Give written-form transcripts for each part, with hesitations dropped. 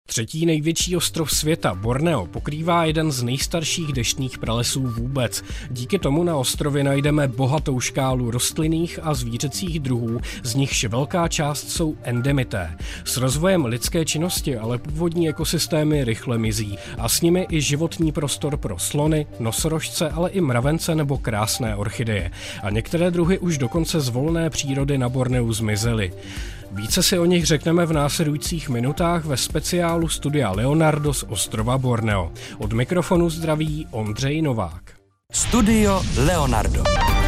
Třetí největší ostrov světa, Borneo, pokrývá jeden z nejstarších deštných pralesů vůbec. Díky tomu na ostrově najdeme bohatou škálu rostlinných a zvířecích druhů, z nichž velká část jsou endemité. S rozvojem lidské činnosti ale původní ekosystémy rychle mizí a s nimi i životní prostor pro slony, nosorožce, ale i mravence nebo krásné orchideje. A některé druhy už dokonce z volné přírody na Borneu zmizely. Více si o nich řekneme v následujících minutách ve speciálu studia Leonardo z ostrova Borneo. Od mikrofonu zdraví Ondřej Novák. Studio Leonardo.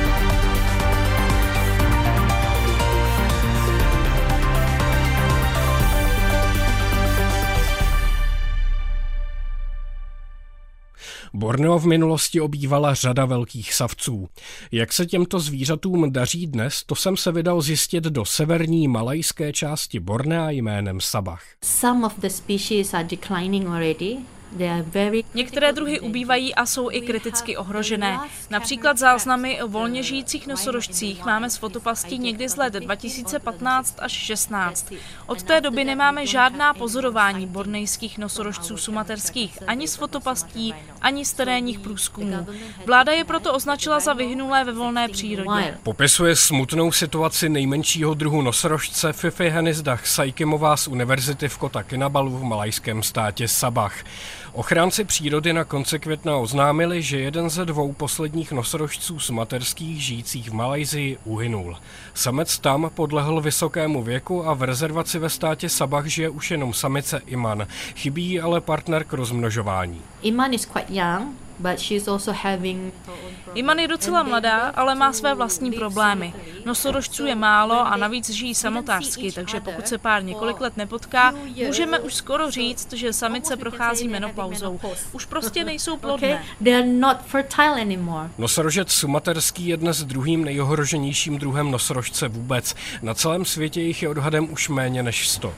Borneo v minulosti obývala řada velkých savců. Jak se těmto zvířatům daří dnes, to jsem se vydal zjistit do severní malajské části Bornea jménem Sabah. Some of the species are declining already. Některé druhy ubývají a jsou i kriticky ohrožené. Například záznamy o volně žijících nosorožcích máme z fotopastí někdy z let 2015 až 16. Od té doby nemáme žádná pozorování bornejských nosorožců sumaterských ani z fotopastí, ani z terénních průzkumů. Vláda je proto označila za vyhynulé ve volné přírodě. Popisuje smutnou situaci nejmenšího druhu nosorožce Fifi Henisdah Saikimová z univerzity v Kota Kinabalu v malajském státě Sabah. Ochránci přírody na konci května oznámili, že jeden ze dvou posledních nosorožců sumaterských žijících v Malajsii uhynul. Samec tam podlehl vysokému věku a v rezervaci ve státě Sabah žije už jenom samice Iman. Chybí ale partner k rozmnožování. Iman is quite young, but she's also having... Iman je docela mladá, ale má své vlastní problémy. Nosorožců je málo a navíc žijí samotářsky, takže pokud se pár několik let nepotká, můžeme už skoro říct, že samice prochází menopauzou. Už prostě nejsou plodné. Nosorožec sumaterský je dnes druhým nejohroženějším druhem nosorožce vůbec. Na celém světě jich je odhadem už méně než 100.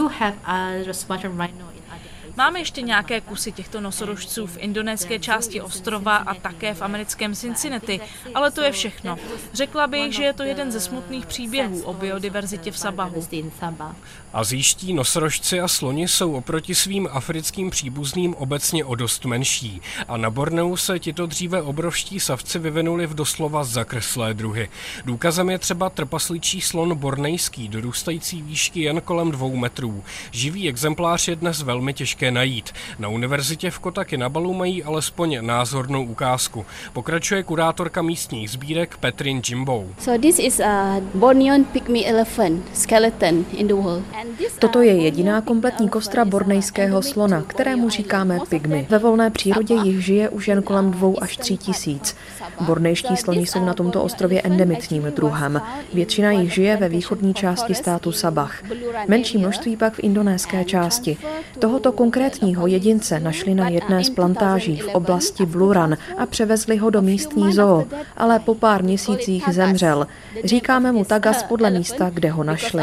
Máme ještě nějaké kusy těchto nosorožců v indonéské části ostrova a také v americkém Cincinnati, ale to je všechno. Řekla bych, že je to jeden ze smutných příběhů o biodiverzitě v Sabahu. Asijští nosorožci a sloni jsou oproti svým africkým příbuzným obecně o dost menší a na Borneu se tito dříve obrovští savci vyvinuli v doslova zakreslé druhy. Důkazem je třeba trpasličí slon bornejský, dorůstající výšky jen kolem 2 metrů. Živý exemplář je dnes velmi těžké najít. Na univerzitě v Kota Kinabalu mají alespoň názornou ukázku. Pokračuje kurátorka místních sbírek Petrin Jimbou. So this is a Bornean pygmy elephant skeleton in the world. Toto je jediná kompletní kostra bornejského slona, kterému říkáme pygmy. Ve volné přírodě jich žije už jen kolem 2 až 3 tisíc. Bornejští sloni jsou na tomto ostrově endemitním druhem. Většina jich žije ve východní části státu Sabah. Menší množství pak v indonéské části. Tohoto konkrétního jedince našli na jedné z plantáží v oblasti Bluran a převezli ho do místní zoo, ale po pár měsících zemřel. Říkáme mu Tagas podle místa, kde ho našli.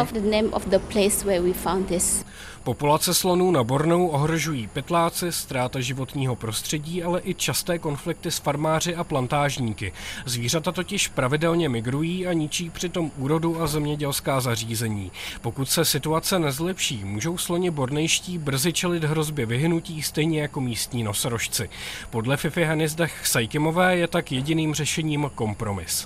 Populace slonů na Borneu ohrožují pytláci, ztráta životního prostředí, ale i časté konflikty s farmáři a plantážníky. Zvířata totiž pravidelně migrují a ničí přitom úrodu a zemědělská zařízení. Pokud se situace nezlepší, můžou sloni bornejští brzy čelit hrozbě vyhynutí stejně jako místní nosorožci. Podle Fifi Henisdah Saikimové je tak jediným řešením kompromis.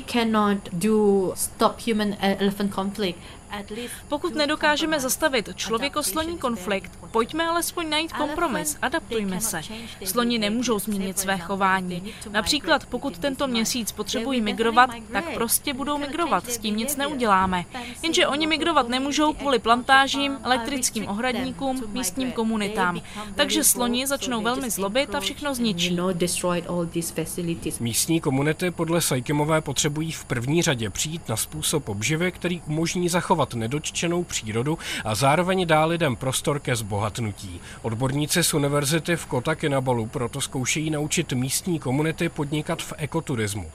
Pokud nedokážeme zastavit člověko-sloní konflikt, pojďme alespoň najít kompromis, adaptujme se. Sloni nemůžou změnit své chování. Například pokud tento měsíc potřebují migrovat, tak prostě budou migrovat, s tím nic neuděláme. Jenže oni migrovat nemůžou kvůli plantážím, elektrickým ohradníkům, místním komunitám. Takže sloni začnou velmi zlobit a všechno zničí. Místní komunity podle Saikimové potřebují v první řadě přijít na způsob obživy, který umožní zachovat nedotčenou přírodu a zároveň dá lidem prostor ke zbohatnutí. Odborníci z univerzity v Kota Kinabalu proto zkoušejí naučit místní komunity podnikat v ekoturismu.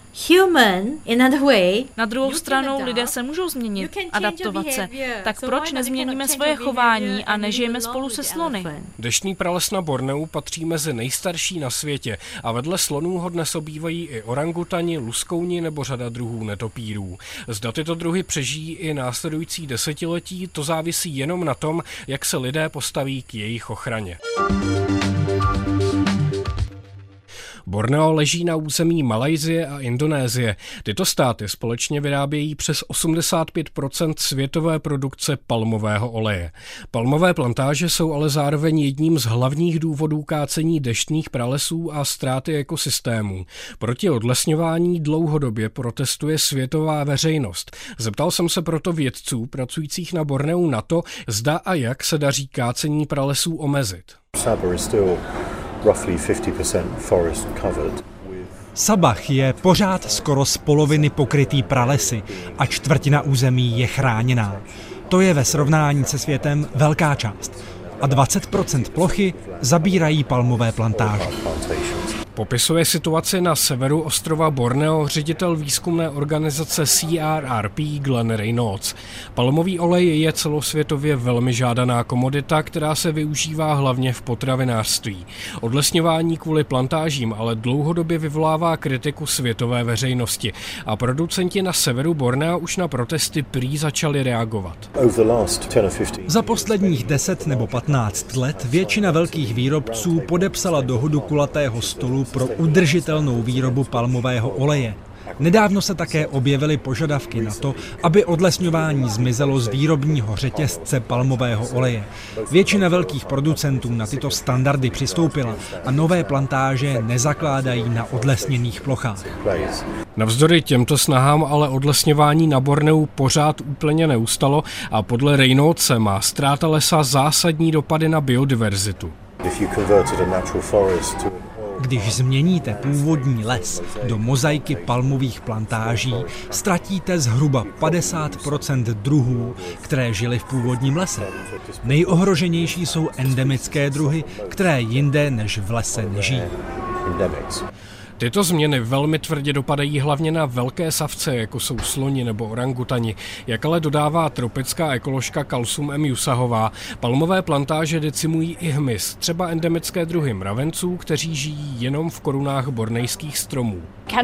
Na druhou stranu lidé se můžou změnit, adaptovat se. Tak proč nezměníme svoje chování a nežijeme spolu se slony? Deštný prales na Borneu patří mezi nejstarší na světě a vedle slonů ho dnes obývají i orangutani, luskouni nebo řada druhů netopírů. Zda tyto druhy přežijí i následující nadcházející desetiletí to závisí jenom na tom, jak se lidé postaví k jejich ochraně. Borneo leží na území Malajsie a Indonésie. Tyto státy společně vyrábějí přes 85% světové produkce palmového oleje. Palmové plantáže jsou ale zároveň jedním z hlavních důvodů kácení deštných pralesů a ztráty ekosystémů. Proti odlesňování dlouhodobě protestuje světová veřejnost. Zeptal jsem se proto vědců pracujících na Borneu na to, zda a jak se daří kácení pralesů omezit. Sabah je pořád skoro z poloviny pokrytý pralesy a čtvrtina území je chráněná. To je ve srovnání se světem velká část. A 20% plochy zabírají palmové plantáže. Popisuje situaci na severu ostrova Borneo ředitel výzkumné organizace CRRP Glenn Reynolds. Palmový olej je celosvětově velmi žádaná komodita, která se využívá hlavně v potravinářství. Odlesňování kvůli plantážím ale dlouhodobě vyvolává kritiku světové veřejnosti a producenti na severu Bornea už na protesty prý začali reagovat. Za posledních 10 nebo 15 let většina velkých výrobců podepsala dohodu kulatého stolu pro udržitelnou výrobu palmového oleje. Nedávno se také objevily požadavky na to, aby odlesňování zmizelo z výrobního řetězce palmového oleje. Většina velkých producentů na tyto standardy přistoupila a nové plantáže nezakládají na odlesněných plochách. Navzdory těmto snahám ale odlesňování na Borneu pořád úplně neustalo a podle Reynoldse má ztráta lesa zásadní dopady na biodiverzitu. Když změníte původní les do mozaiky palmových plantáží, ztratíte zhruba 50% druhů, které žily v původním lese. Nejohroženější jsou endemické druhy, které jinde než v lese nežijí. Tyto změny velmi tvrdě dopadají hlavně na velké savce, jako jsou sloni nebo orangutani. Jak ale dodává tropická ekoložka Kalsum M. Yusahová, palmové plantáže decimují i hmyz, třeba endemické druhy mravenců, kteří žijí jenom v korunách bornejských stromů.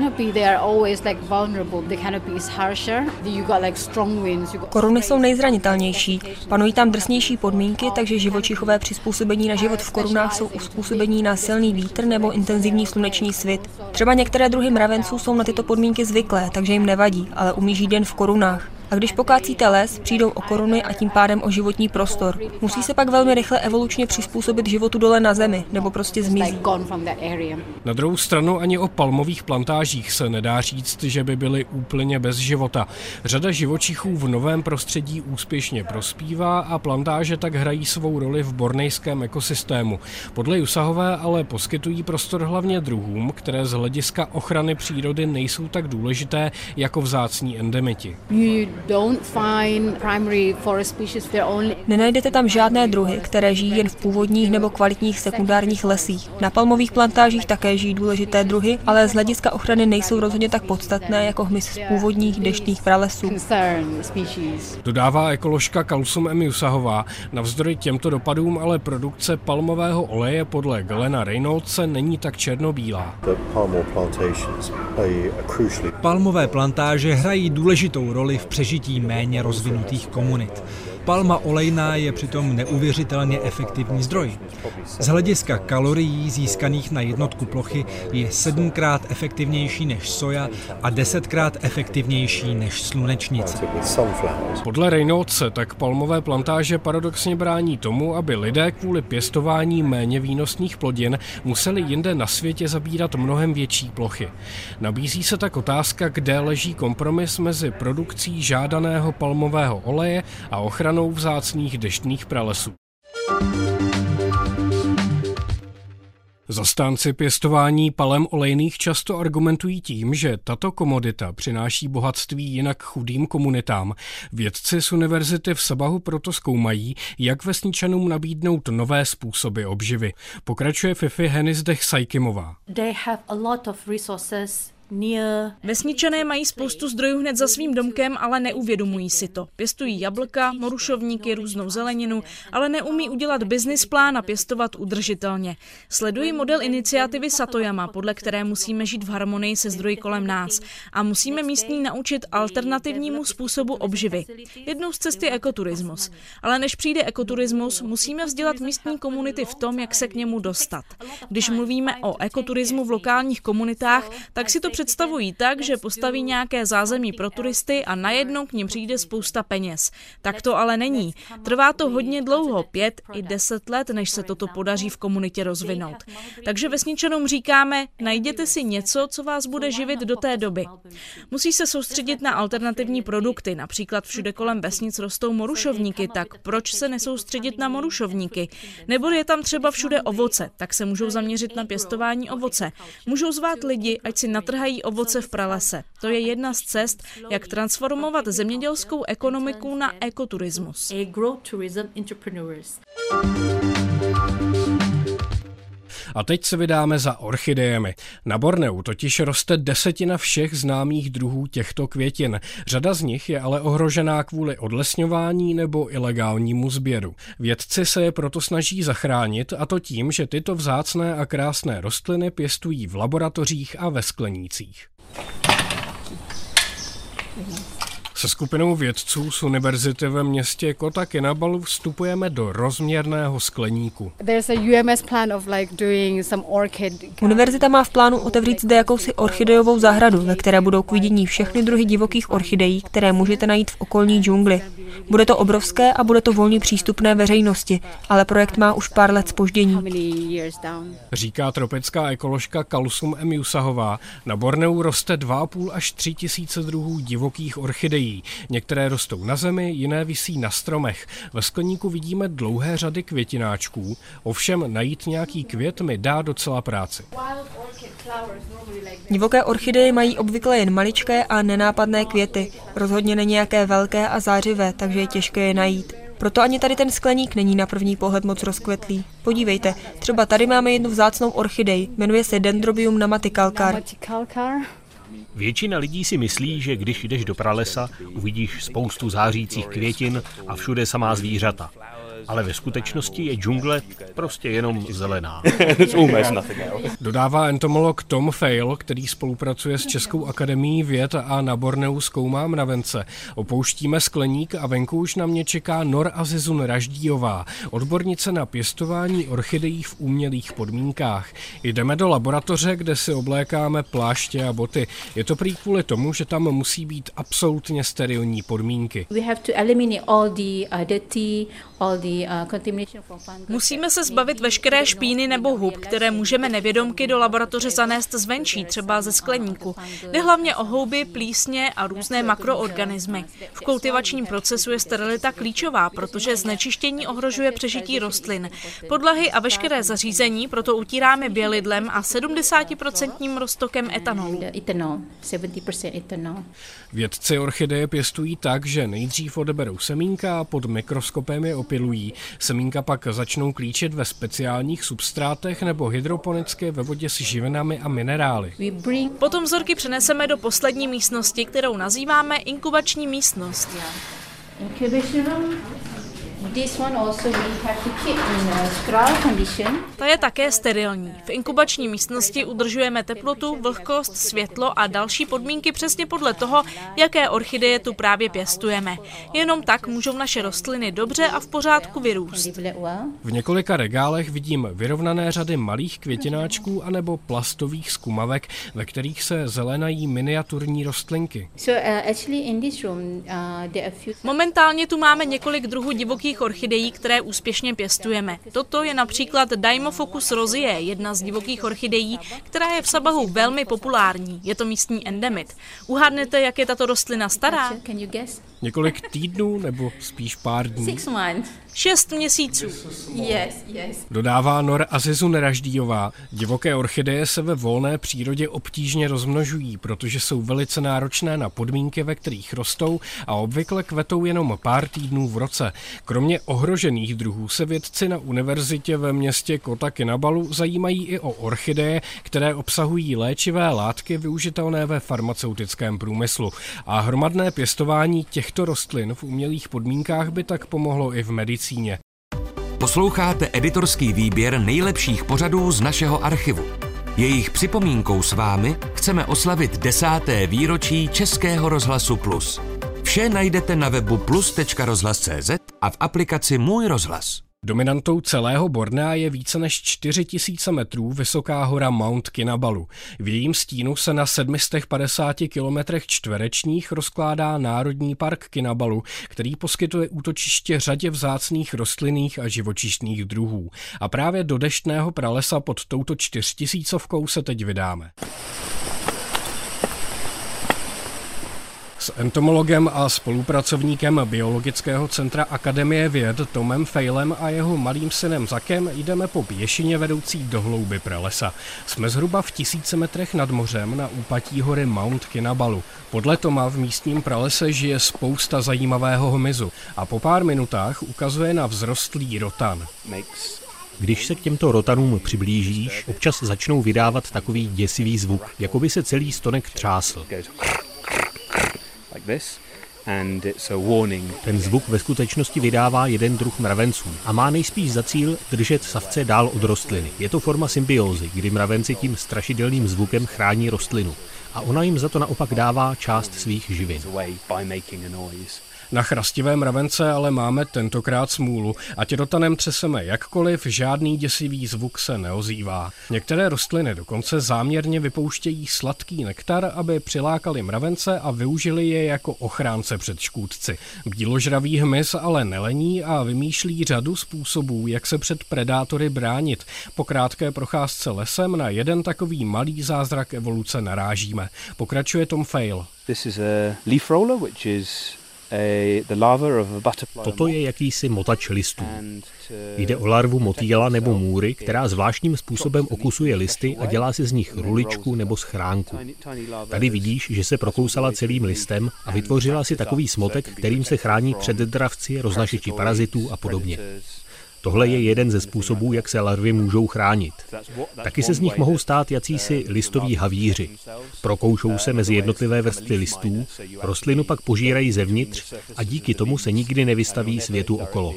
Koruny jsou nejzranitelnější. Panují tam drsnější podmínky, takže živočichové přizpůsobení na život v korunách jsou uspůsobení na silný vítr nebo intenzivní sluneční svit. Třeba některé druhy mravenců jsou na tyto podmínky zvyklé, takže jim nevadí, ale umí žít jen v korunách. A když pokácíte les, přijdou o koruny a tím pádem o životní prostor. Musí se pak velmi rychle evolučně přizpůsobit životu dole na zemi, nebo prostě zmizí. Na druhou stranu ani o palmových plantážích se nedá říct, že by byly úplně bez života. Řada živočichů v novém prostředí úspěšně prospívá a plantáže tak hrají svou roli v bornejském ekosystému. Podle Yusahové ale poskytují prostor hlavně druhům, které z hlediska ochrany přírody nejsou tak důležité jako vzácní endemiti. Nenajdete tam žádné druhy, které žijí jen v původních nebo kvalitních sekundárních lesích. Na palmových plantážích také žijí důležité druhy, ale z hlediska ochrany nejsou rozhodně tak podstatné jako hmyz z původních deštných pralesů. Dodává ekoložka Kalsum M. Yusahová. Navzdory těmto dopadům ale produkce palmového oleje podle Glena Reynoldse není tak černobílá. Palmové plantáže hrají důležitou roli v přežití méně rozvinutých komunit. Palma olejná je přitom neuvěřitelně efektivní zdroj. Z hlediska kalorií získaných na jednotku plochy je 7krát efektivnější než soja a 10krát efektivnější než slunečnice. Podle Reynoldse tak palmové plantáže paradoxně brání tomu, aby lidé kvůli pěstování méně výnosných plodin museli jinde na světě zabírat mnohem větší plochy. Nabízí se tak otázka, kde leží kompromis mezi produkcí žádaného palmového oleje a ochranou vzácných deštných pralesů. Zastánci pěstování palem olejných často argumentují tím, že tato komodita přináší bohatství jinak chudým komunitám. Vědci z univerzity v Sabahu proto zkoumají, jak vesničanům nabídnout nové způsoby obživy. Pokračuje Fifi Henizdeh Sajkimová. Vesničané mají spoustu zdrojů hned za svým domkem, ale neuvědomují si to. Pěstují jablka, morušovníky, různou zeleninu, ale neumí udělat business plán a pěstovat udržitelně. Sledují model iniciativy Satoyama, podle které musíme žít v harmonii se zdroji kolem nás a musíme místní naučit alternativnímu způsobu obživy. Jednou z cest je ekoturismus. Ale než přijde ekoturismus, musíme vzdělat místní komunity v tom, jak se k němu dostat. Když mluvíme o ekoturismu v lokálních komunitách, tak si to představují tak, že postaví nějaké zázemí pro turisty a najednou k nim přijde spousta peněz. Tak to ale není. Trvá to hodně dlouho, 5 i 10 let, než se toto podaří v komunitě rozvinout. Takže vesničanům říkáme, najděte si něco, co vás bude živit do té doby. Musí se soustředit na alternativní produkty, například všude kolem vesnic rostou morušovníky, tak proč se nesoustředit na morušovníky? Nebo je tam třeba všude ovoce, tak se můžou zaměřit na pěstování ovoce. Můžou zvát lidi, ať si natrhají ovoce v pralese. To je jedna z cest, jak transformovat zemědělskou ekonomiku na ekoturismus. A teď se vydáme za orchidejemi. Na Borneu totiž roste 10% všech známých druhů těchto květin. Řada z nich je ale ohrožená kvůli odlesňování nebo ilegálnímu sběru. Vědci se je proto snaží zachránit, a to tím, že tyto vzácné a krásné rostliny pěstují v laboratořích a ve sklenících. Se skupinou vědců z univerzity ve městě Kota Kinabalu vstupujeme do rozměrného skleníku. Univerzita má v plánu otevřít zde jakousi orchidejovou zahradu, ve které budou k vidění všechny druhy divokých orchidejí, které můžete najít v okolní džungli. Bude to obrovské a bude to volně přístupné veřejnosti, ale projekt má už pár let zpoždění. Říká tropická ekoložka Kalsum M. Jusahová. Na Borneu roste 2,5 až 3 tisíce druhů divokých orchidejí. Některé rostou na zemi, jiné visí na stromech. Ve skleníku vidíme dlouhé řady květináčků, ovšem najít nějaký květ mi dá docela práci. Divoké orchideje mají obvykle jen maličké a nenápadné květy, rozhodně ne nějaké velké a zářivé, takže je těžké je najít. Proto ani tady ten skleník není na první pohled moc rozkvetlý. Podívejte, třeba tady máme jednu vzácnou orchidej, jmenuje se Dendrobium namaticalcar. Většina lidí si myslí, že když jdeš do pralesa, uvidíš spoustu zářících květin a všude samá zvířata. Ale ve skutečnosti je džungle prostě jenom zelená. Dodává entomolog Tom Fail, který spolupracuje s Českou akademií věd a na Borneu zkoumá mravence. Opouštíme skleník a venku už na mě čeká Nor Azizun Raždíjová, odbornice na pěstování orchidejí v umělých podmínkách. Jdeme do laboratoře, kde si oblékáme pláště a boty. Je to prý kvůli tomu, že tam musí být absolutně sterilní podmínky. Musíme se zbavit veškeré špíny nebo hub, které můžeme nevědomky do laboratoře zanést zvenčí, třeba ze skleníku. Jde hlavně o houby, plísně a různé makroorganismy. V kultivačním procesu je sterilita klíčová, protože znečištění ohrožuje přežití rostlin. Podlahy a veškeré zařízení proto utíráme bělidlem a 70% roztokem etanolu. Vědci orchideje pěstují tak, že nejdřív odeberou semínka a pod mikroskopem je opilují. Semínka pak začnou klíčit ve speciálních substrátech nebo hydroponicky ve vodě s živinami a minerály. Potom vzorky přeneseme do poslední místnosti, kterou nazýváme inkubační místnost. Ta je také sterilní. V inkubační místnosti udržujeme teplotu, vlhkost, světlo a další podmínky přesně podle toho, jaké orchideje tu právě pěstujeme. Jenom tak můžou naše rostliny dobře a v pořádku vyrůst. V několika regálech vidím vyrovnané řady malých květináčků anebo plastových zkumavek, ve kterých se zelenají miniaturní rostlinky. Momentálně tu máme několik druhů divokých orchidejí, které úspěšně pěstujeme. Toto je například Dimophokus rosea, jedna z divokých orchidejí, která je v Sabahu velmi populární. Je to místní endemit. Uhádnete, jak je tato rostlina stará? Několik týdnů nebo spíš pár dní? 6 months. 6 měsíců. Yes. Dodává Nor Azizu Neraždíjová. Divoké orchideje se ve volné přírodě obtížně rozmnožují, protože jsou velice náročné na podmínky, ve kterých rostou a obvykle kvetou jenom pár týdnů v roce. Kromě ohrožených druhů se vědci na univerzitě ve městě Kota Kinabalu zajímají i o orchideje, které obsahují léčivé látky využitelné ve farmaceutickém průmyslu. A hromadné pěstování těchto rostlin v umělých podmínkách by tak pomohlo i v medicíně. Posloucháte editorský výběr nejlepších pořadů z našeho archivu. Jejich připomínkou s vámi chceme oslavit 10. výročí Českého rozhlasu Plus. Vše najdete na webu plus.rozhlas.cz a v aplikaci Můj rozhlas. Dominantou celého Bornea je více než 4000 metrů vysoká hora Mount Kinabalu. V jejím stínu se na 750 kilometrech čtverečních rozkládá Národní park Kinabalu, který poskytuje útočiště řadě vzácných rostlinných a živočišných druhů. A právě do deštného pralesa pod touto 4000 se teď vydáme. S entomologem a spolupracovníkem Biologického centra Akademie věd Tomem Feilem a jeho malým synem Zakem jdeme po pěšině vedoucí do hlouby pralesa. Jsme zhruba v 1000 metrech nad mořem na úpatí hory Mount Kinabalu. Podle Toma v místním pralese žije spousta zajímavého hmyzu a po pár minutách ukazuje na vzrostlý rotan. Když se k těmto rotanům přiblížíš, občas začnou vydávat takový děsivý zvuk, jako by se celý stonek třásl. Ten zvuk ve skutečnosti vydává jeden druh mravenců a má nejspíš za cíl držet savce dál od rostliny. Je to forma symbiózy, kdy mravenci tím strašidelným zvukem chrání rostlinu a ona jim za to naopak dává část svých živin. Na chrastivé mravence ale máme tentokrát smůlu. Ať rotanem třeseme jakkoliv, žádný děsivý zvuk se neozývá. Některé rostliny dokonce záměrně vypouštějí sladký nektar, aby přilákali mravence a využili je jako ochránce před škůdci. Bíložravý hmyz ale nelení a vymýšlí řadu způsobů, jak se před predátory bránit. Po krátké procházce lesem na jeden takový malý zázrak evoluce narážíme. Pokračuje Tom Feil. Toto je jakýsi motač listů. Jde o larvu motýla nebo můry, která zvláštním způsobem okusuje listy a dělá si z nich ruličku nebo schránku. Tady vidíš, že se prokousala celým listem a vytvořila si takový smotek, kterým se chrání před dravci, roznašiči parazitů a podobně. Tohle je jeden ze způsobů, jak se larvy můžou chránit. Taky se z nich mohou stát jacísi listoví havíři. Prokoušou se mezi jednotlivé vrstvy listů, rostlinu pak požírají zevnitř a díky tomu se nikdy nevystaví světu okolo.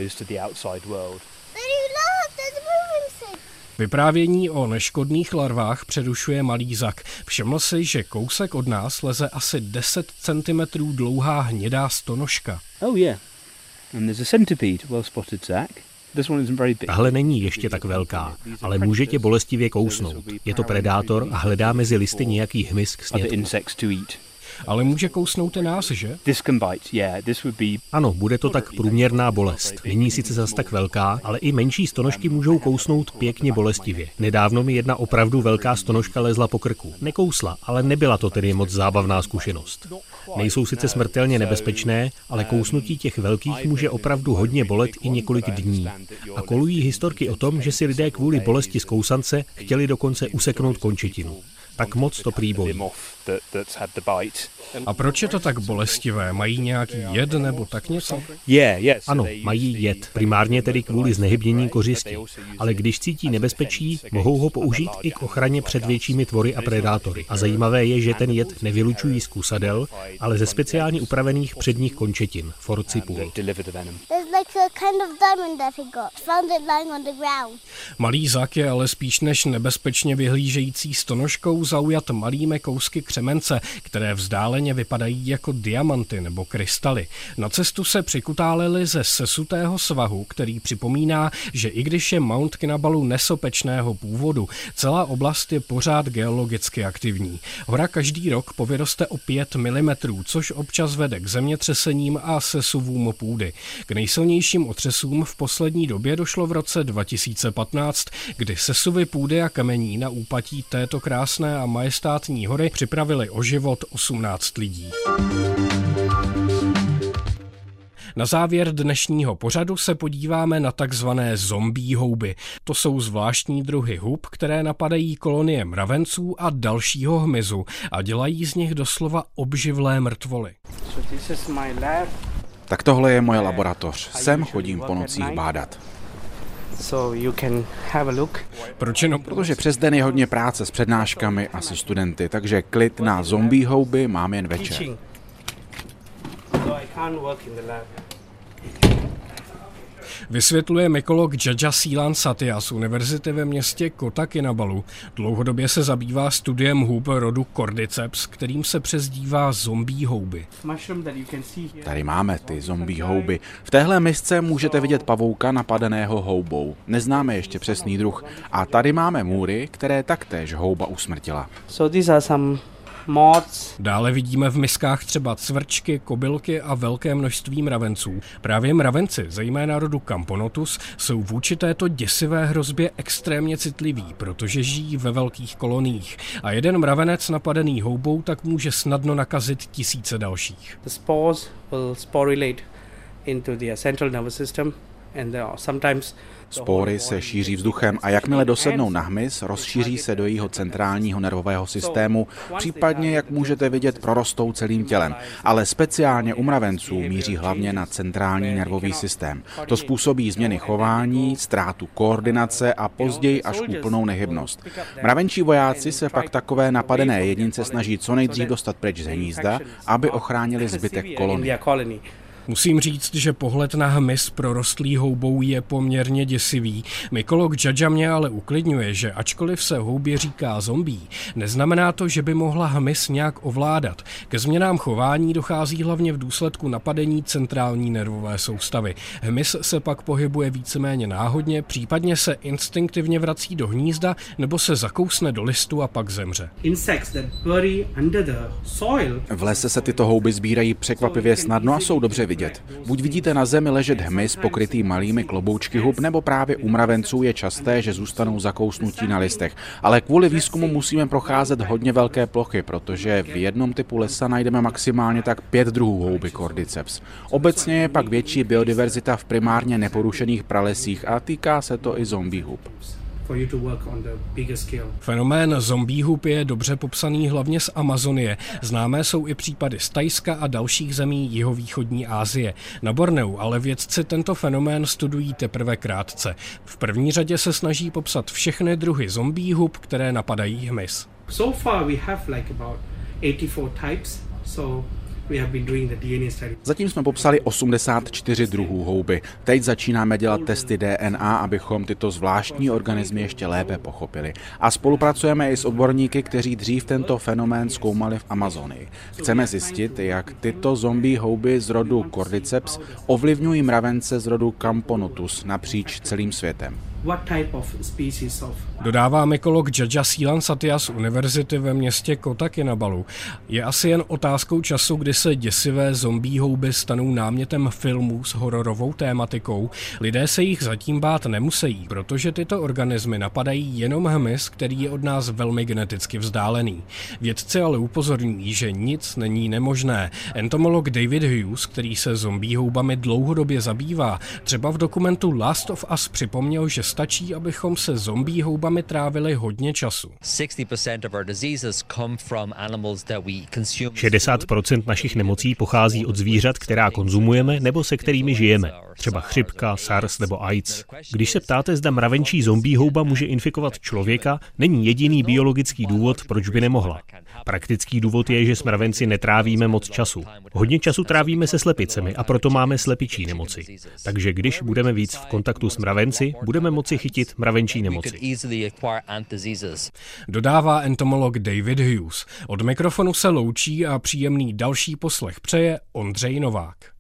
Vyprávění o neškodných larvách přerušuje malý Zak. Všiml si, že kousek od nás leze asi 10 cm dlouhá hnědá stonožka. Tahle není ještě tak velká, ale může tě bolestivě kousnout. Je to predátor a hledá mezi listy nějaký hmyz k snědku. Ale může kousnout i nás, že? Ano, bude to tak průměrná bolest. Není sice zas tak velká, ale i menší stonožky můžou kousnout pěkně bolestivě. Nedávno mi jedna opravdu velká stonožka lezla po krku. Nekousla, ale nebyla to tedy moc zábavná zkušenost. Nejsou sice smrtelně nebezpečné, ale kousnutí těch velkých může opravdu hodně bolet i několik dní. A kolují historky o tom, že si lidé kvůli bolesti z kousance chtěli dokonce useknout končetinu. Tak moc to prý bolí. A proč je to tak bolestivé? Mají nějaký jed nebo tak něco? Ano, mají jed. Primárně tedy kvůli znehybnění kořisti. Ale když cítí nebezpečí, mohou ho použít i k ochraně před většími tvory a predátory. A zajímavé je, že ten jed nevylučují z kusadel, ale ze speciálně upravených předních končetin, forcipul. Malý Zak je ale spíš než nebezpečně vyhlížející stonožkou zaujat malými kousky křemence, které vzdáleně vypadají jako diamanty nebo krystaly. Na cestu se přikutáleli ze sesutého svahu, který připomíná, že i když je Mount Kinabalu nesopečného původu, celá oblast je pořád geologicky aktivní. Hora každý rok povyroste o 5 mm, což občas vede k zemětřesením a sesuvům půdy. K nejsilnějším otřesům v poslední době došlo v roce 2015, kdy sesuvy půdy a kamení na úpatí této krásné a majestátní hory připravili o život 18 lidí. Na závěr dnešního pořadu se podíváme na takzvané zombie houby. To jsou zvláštní druhy hub, které napadají kolonie mravenců a dalšího hmyzu a dělají z nich doslova obživlé mrtvoly. Tak tohle je moje laboratoř. Sem chodím po nocích bádat. Protože přes den je hodně práce s přednáškami a se studenty, takže klid na zombie houby mám jen večer. Vysvětluje mykolog Jaja Seelan Satya z univerzity ve městě Kota Kinabalu. Dlouhodobě se zabývá studiem hub rodu Cordyceps, kterým se přezdívá zombie houby. Tady máme ty zombie houby. V téhle misce můžete vidět pavouka napadeného houbou. Neznáme ještě přesný druh. A tady máme můry, které taktéž houba usmrtila. Dále vidíme v miskách třeba cvrčky, kobylky a velké množství mravenců. Právě mravenci, zejména rodu Camponotus, jsou vůči této děsivé hrozbě extrémně citliví, protože žijí ve velkých koloniích. A jeden mravenec napadený houbou tak může snadno nakazit tisíce dalších. The spores will sporulate into the central nervous system and sometimes Spory se šíří vzduchem a jakmile dosednou na hmyz, rozšíří se do jejího centrálního nervového systému, případně, jak můžete vidět, prorostou celým tělem. Ale speciálně u mravenců míří hlavně na centrální nervový systém. To způsobí změny chování, ztrátu koordinace a později až úplnou nehybnost. Mravenčí vojáci se pak takové napadené jedince snaží co nejdřív dostat pryč z hnízda, aby ochránili zbytek kolonie. Musím říct, že pohled na hmyz prorostlý houbou je poměrně děsivý. Mykolog Jaja mě ale uklidňuje, že ačkoliv se houbě říká zombie, neznamená to, že by mohla hmyz nějak ovládat. Ke změnám chování dochází hlavně v důsledku napadení centrální nervové soustavy. Hmyz se pak pohybuje víceméně náhodně, případně se instinktivně vrací do hnízda nebo se zakousne do listu a pak zemře. V lese se tyto houby sbírají překvapivě snadno a jsou dobře vidět. Buď vidíte na zemi ležet hmyz pokrytý malými kloboučky hub, nebo právě u mravenců je časté, že zůstanou zakousnutí na listech. Ale kvůli výzkumu musíme procházet hodně velké plochy, protože v jednom typu lesa najdeme maximálně tak 5 druhů houby Cordyceps. Obecně je pak větší biodiverzita v primárně neporušených pralesích a týká se to i zombie hub. Fenomén zombie hub je dobře popsaný hlavně z Amazonie. Známé jsou i případy z Thajska a dalších zemí jihovýchodní Asie. Na Borneu ale vědci tento fenomén studují teprve krátce. V první řadě se snaží popsat všechny druhy zombie hub, které napadají hmyz. So far we have like about 84 types. Zatím jsme popsali 84 druhů houby. Teď začínáme dělat testy DNA, abychom tyto zvláštní organismy ještě lépe pochopili. A spolupracujeme i s odborníky, kteří dřív tento fenomén zkoumali v Amazonii. Chceme zjistit, jak tyto zombie houby z rodu Cordyceps ovlivňují mravence z rodu Camponotus napříč celým světem. Dodává mykolog Jaja Seelan Satya z univerzity ve městě Kota Kinabalu. Je asi jen otázkou času, kdy se děsivé zombie houby stanou námětem filmů s hororovou tématikou. Lidé se jich zatím bát nemusejí, protože tyto organismy napadají jenom hmyz, který je od nás velmi geneticky vzdálený. Vědci ale upozorňují, že nic není nemožné. Entomolog David Hughes, který se zombie houbami dlouhodobě zabývá, třeba v dokumentu Last of Us připomněl, že stačí, abychom se zombie houbami trávili hodně času. 60% našich nemocí pochází od zvířat, která konzumujeme nebo se kterými žijeme. Třeba chřipka, SARS nebo AIDS. Když se ptáte, zda mravenčí zombie houba může infikovat člověka, není jediný biologický důvod, proč by nemohla. Praktický důvod je, že s mravenci netrávíme moc času. Hodně času trávíme se slepicemi a proto máme slepičí nemoci. Takže když budeme víc v kontaktu s mravenci, budeme moci chytit mravenčí nemoci. Dodává entomolog David Hughes. Od mikrofonu se loučí a příjemný další poslech přeje Ondřej Novák.